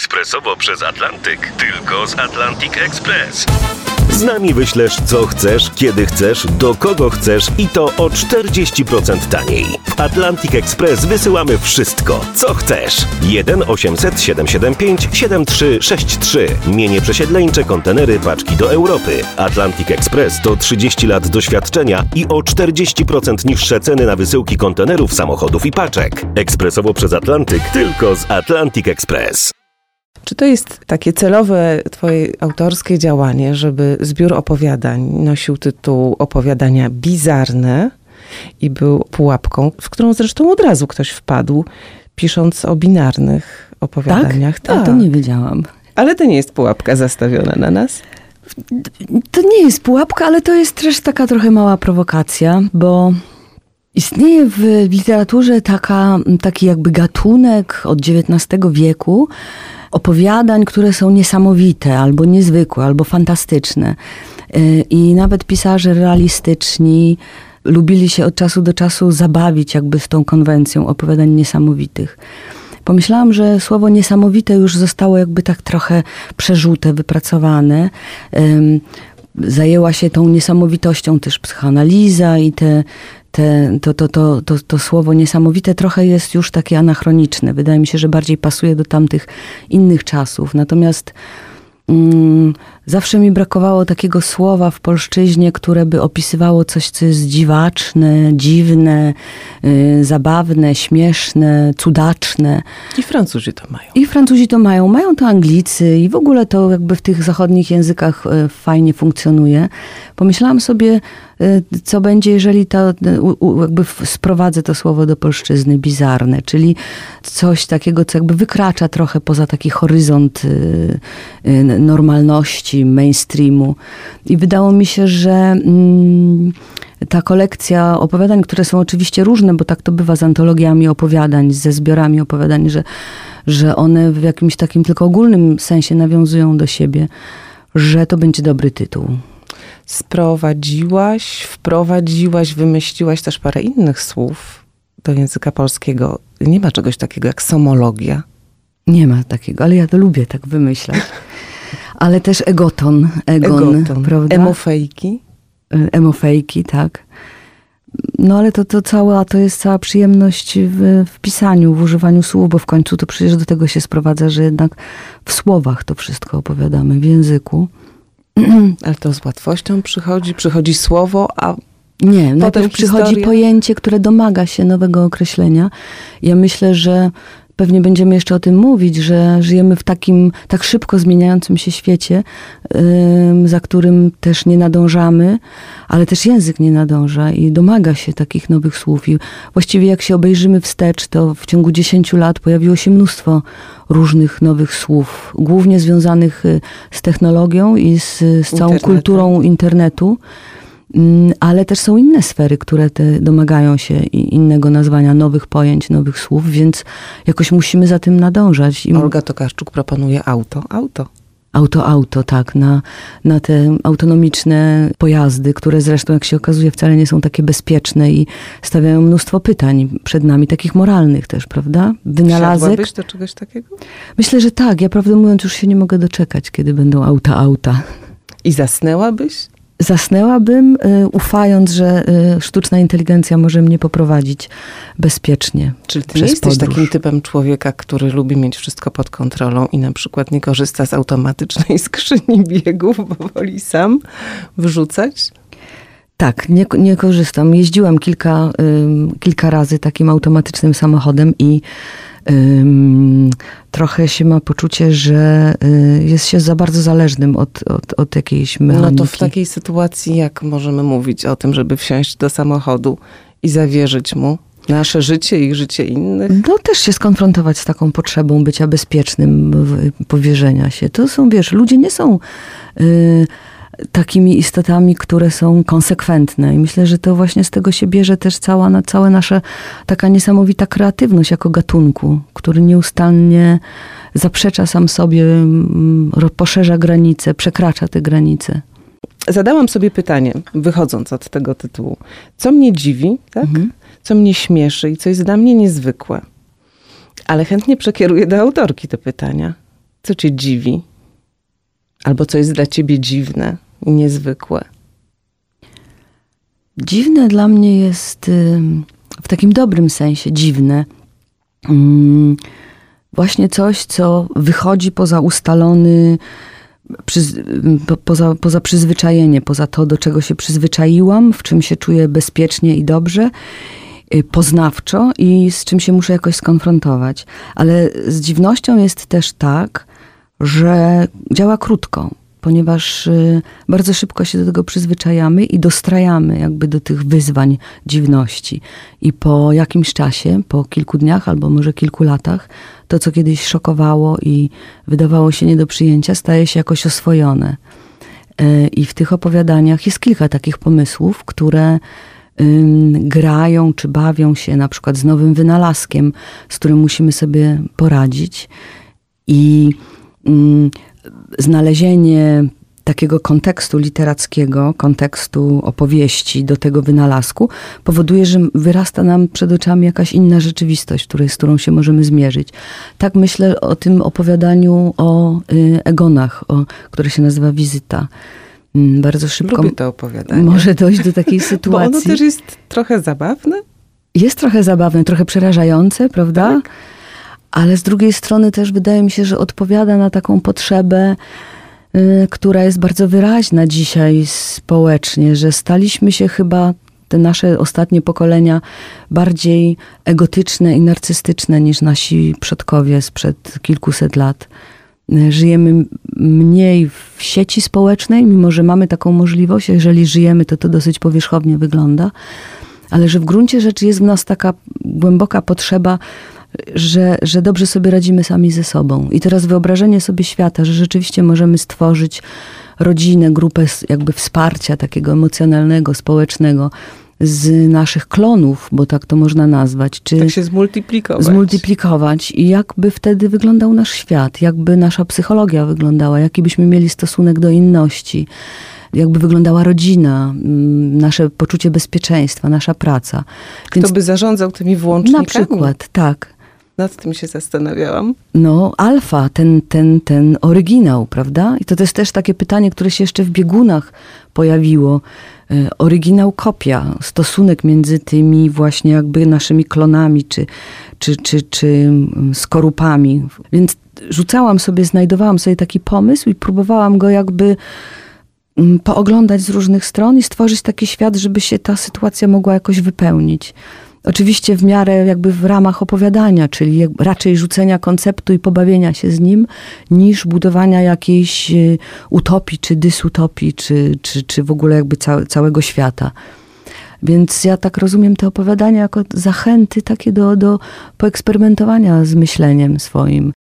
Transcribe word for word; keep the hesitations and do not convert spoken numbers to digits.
ekspresowo przez Atlantyk. Tylko z Atlantic Express. Z nami wyślesz co chcesz, kiedy chcesz, do kogo chcesz i to o czterdzieści procent taniej. W Atlantic Express wysyłamy wszystko, co chcesz. jeden osiemset siedemset siedemdziesiąt pięć siedemdziesiąt trzy sześćdziesiąt trzy. Mienie przesiedleńcze, kontenery, paczki do Europy. Atlantic Express to trzydzieści lat doświadczenia i o czterdzieści procent niższe ceny na wysyłki kontenerów, samochodów i paczek. Ekspresowo przez Atlantyk, tylko z Atlantic Express. Czy to jest takie celowe twoje autorskie działanie, żeby zbiór opowiadań nosił tytuł Opowiadania bizarne i był pułapką, w którą zresztą od razu ktoś wpadł, pisząc o binarnych opowiadaniach? Tak? Tak. To nie wiedziałam. Ale to nie jest pułapka zastawiona na nas? To nie jest pułapka, ale to jest też taka trochę mała prowokacja, bo istnieje w literaturze taka, taki jakby gatunek od dziewiętnastego wieku opowiadań, które są niesamowite, albo niezwykłe, albo fantastyczne. I nawet pisarze realistyczni lubili się od czasu do czasu zabawić jakby z tą konwencją opowiadań niesamowitych. Pomyślałam, że słowo niesamowite już zostało jakby tak trochę przeżute, wypracowane. Zajęła się tą niesamowitością też psychoanaliza i te, te, to, to, to, to, to słowo niesamowite trochę jest już takie anachroniczne. Wydaje mi się, że bardziej pasuje do tamtych innych czasów. Natomiast mm, zawsze mi brakowało takiego słowa w polszczyźnie, które by opisywało coś, co jest dziwaczne, dziwne, yy, zabawne, śmieszne, cudaczne. I Francuzi to mają. I Francuzi to mają. Mają to Anglicy i w ogóle to jakby w tych zachodnich językach yy, fajnie funkcjonuje. Pomyślałam sobie, yy, co będzie, jeżeli to, yy, u, jakby sprowadzę to słowo do polszczyzny, bizarne, czyli coś takiego, co jakby wykracza trochę poza taki horyzont yy, yy, normalności, mainstreamu. I wydało mi się, że mm, ta kolekcja opowiadań, które są oczywiście różne, bo tak to bywa z antologiami opowiadań, ze zbiorami opowiadań, że, że one w jakimś takim tylko ogólnym sensie nawiązują do siebie, że to będzie dobry tytuł. Sprowadziłaś, wprowadziłaś, wymyśliłaś też parę innych słów do języka polskiego. Nie ma czegoś takiego jak somologia. Nie ma takiego, ale ja to lubię tak wymyślać. Ale też egoton, egon, egoton. Prawda? Emofejki. Emofejki, tak. No ale to, to cała, to jest cała przyjemność w, w pisaniu, w używaniu słów, bo w końcu to przecież do tego się sprowadza, że jednak w słowach to wszystko opowiadamy, w języku. Ale to z łatwością przychodzi, przychodzi słowo, a nie, najpierw historia... przychodzi pojęcie, które domaga się nowego określenia. Ja myślę, że pewnie będziemy jeszcze o tym mówić, że żyjemy w takim tak szybko zmieniającym się świecie, yy, za którym też nie nadążamy, ale też język nie nadąża i domaga się takich nowych słów. I właściwie jak się obejrzymy wstecz, to w ciągu dziesięciu lat pojawiło się mnóstwo różnych nowych słów, głównie związanych z technologią i z, z całą Internetu. kulturą internetu. Ale też są inne sfery, które te domagają się innego nazwania, nowych pojęć, nowych słów, więc jakoś musimy za tym nadążać. I Olga Tokarczuk proponuje auto. Auto. Auto, auto, tak. Na, na te autonomiczne pojazdy, które zresztą, jak się okazuje, wcale nie są takie bezpieczne i stawiają mnóstwo pytań przed nami, takich moralnych też, prawda? Wynalazek. Wsiadłabyś do czegoś takiego? Myślę, że tak. Ja prawdę mówiąc już się nie mogę doczekać, kiedy będą auta, auta. I zasnęłabyś? Zasnęłabym, ufając, że sztuczna inteligencja może mnie poprowadzić bezpiecznie. Czyli ty przez nie jesteś podróż. takim typem człowieka, który lubi mieć wszystko pod kontrolą i na przykład nie korzysta z automatycznej skrzyni biegów, bo woli sam wrzucać? Tak, nie, nie korzystam. Jeździłam kilka, ym, kilka razy takim automatycznym samochodem i ym, trochę się ma poczucie, że y, jest się za bardzo zależnym od, od, od jakiejś mechaniki. No to w takiej sytuacji jak możemy mówić o tym, żeby wsiąść do samochodu i zawierzyć mu nasze życie i życie innych? No też się skonfrontować z taką potrzebą bycia bezpiecznym, powierzenia się. To są, wiesz, ludzie nie są... Y, takimi istotami, które są konsekwentne. I myślę, że to właśnie z tego się bierze też cała, cała nasza taka niesamowita kreatywność jako gatunku, który nieustannie zaprzecza sam sobie, poszerza granice, przekracza te granice. Zadałam sobie pytanie, wychodząc od tego tytułu. Co mnie dziwi, tak? Mhm. Co mnie śmieszy i co jest dla mnie niezwykłe. Ale chętnie przekieruję do autorki te pytania. Co cię dziwi? Albo co jest dla ciebie dziwne i niezwykłe? Dziwne dla mnie jest, w takim dobrym sensie dziwne, właśnie coś, co wychodzi poza ustalony, poza, poza przyzwyczajenie, poza to, do czego się przyzwyczaiłam, w czym się czuję bezpiecznie i dobrze, poznawczo i z czym się muszę jakoś skonfrontować. Ale z dziwnością jest też tak, że działa krótko, ponieważ bardzo szybko się do tego przyzwyczajamy i dostrajamy jakby do tych wyzwań dziwności. I po jakimś czasie, po kilku dniach albo może kilku latach, to co kiedyś szokowało i wydawało się nie do przyjęcia, staje się jakoś oswojone. I w tych opowiadaniach jest kilka takich pomysłów, które grają czy bawią się na przykład z nowym wynalazkiem, z którym musimy sobie poradzić. I znalezienie takiego kontekstu literackiego, kontekstu opowieści do tego wynalazku powoduje, że wyrasta nam przed oczami jakaś inna rzeczywistość, której, z którą się możemy zmierzyć. Tak myślę o tym opowiadaniu o y, Egonach, o, które się nazywa Wizyta. Bardzo szybko Lubię to opowiadanie. może dojść do takiej sytuacji. Bo ono też jest trochę zabawne. Jest trochę zabawne, trochę przerażające, prawda? Tak. Ale z drugiej strony też wydaje mi się, że odpowiada na taką potrzebę, y, która jest bardzo wyraźna dzisiaj społecznie, że staliśmy się chyba, te nasze ostatnie pokolenia, bardziej egotyczne i narcystyczne niż nasi przodkowie sprzed kilkuset lat. Żyjemy mniej w sieci społecznej, mimo że mamy taką możliwość. Jeżeli żyjemy, to to dosyć powierzchownie wygląda. Ale że w gruncie rzeczy jest w nas taka głęboka potrzeba, że, że dobrze sobie radzimy sami ze sobą. I teraz wyobrażenie sobie świata, że rzeczywiście możemy stworzyć rodzinę, grupę jakby wsparcia takiego emocjonalnego, społecznego z naszych klonów, bo tak to można nazwać. Czy tak się zmultiplikować. Zmultiplikować i jakby wtedy wyglądał nasz świat, jakby nasza psychologia wyglądała, jaki byśmy mieli stosunek do inności, jakby wyglądała rodzina, nasze poczucie bezpieczeństwa, nasza praca. Kto Więc by zarządzał tymi włącznikami? na przykład, tak. Nad tym się zastanawiałam. No, alfa, ten, ten, ten oryginał, prawda? I to jest też takie pytanie, które się jeszcze w biegunach pojawiło. Oryginał, kopia, stosunek między tymi właśnie jakby naszymi klonami, czy, czy, czy, czy skorupami. Więc rzucałam sobie, znajdowałam sobie taki pomysł i próbowałam go jakby pooglądać z różnych stron i stworzyć taki świat, żeby się ta sytuacja mogła jakoś wypełnić. Oczywiście w miarę jakby w ramach opowiadania, czyli raczej rzucenia konceptu i pobawienia się z nim, niż budowania jakiejś utopii, czy dysutopii, czy, czy, czy w ogóle jakby całe, całego świata. Więc ja tak rozumiem te opowiadania jako zachęty takie do, do poeksperymentowania z myśleniem swoim.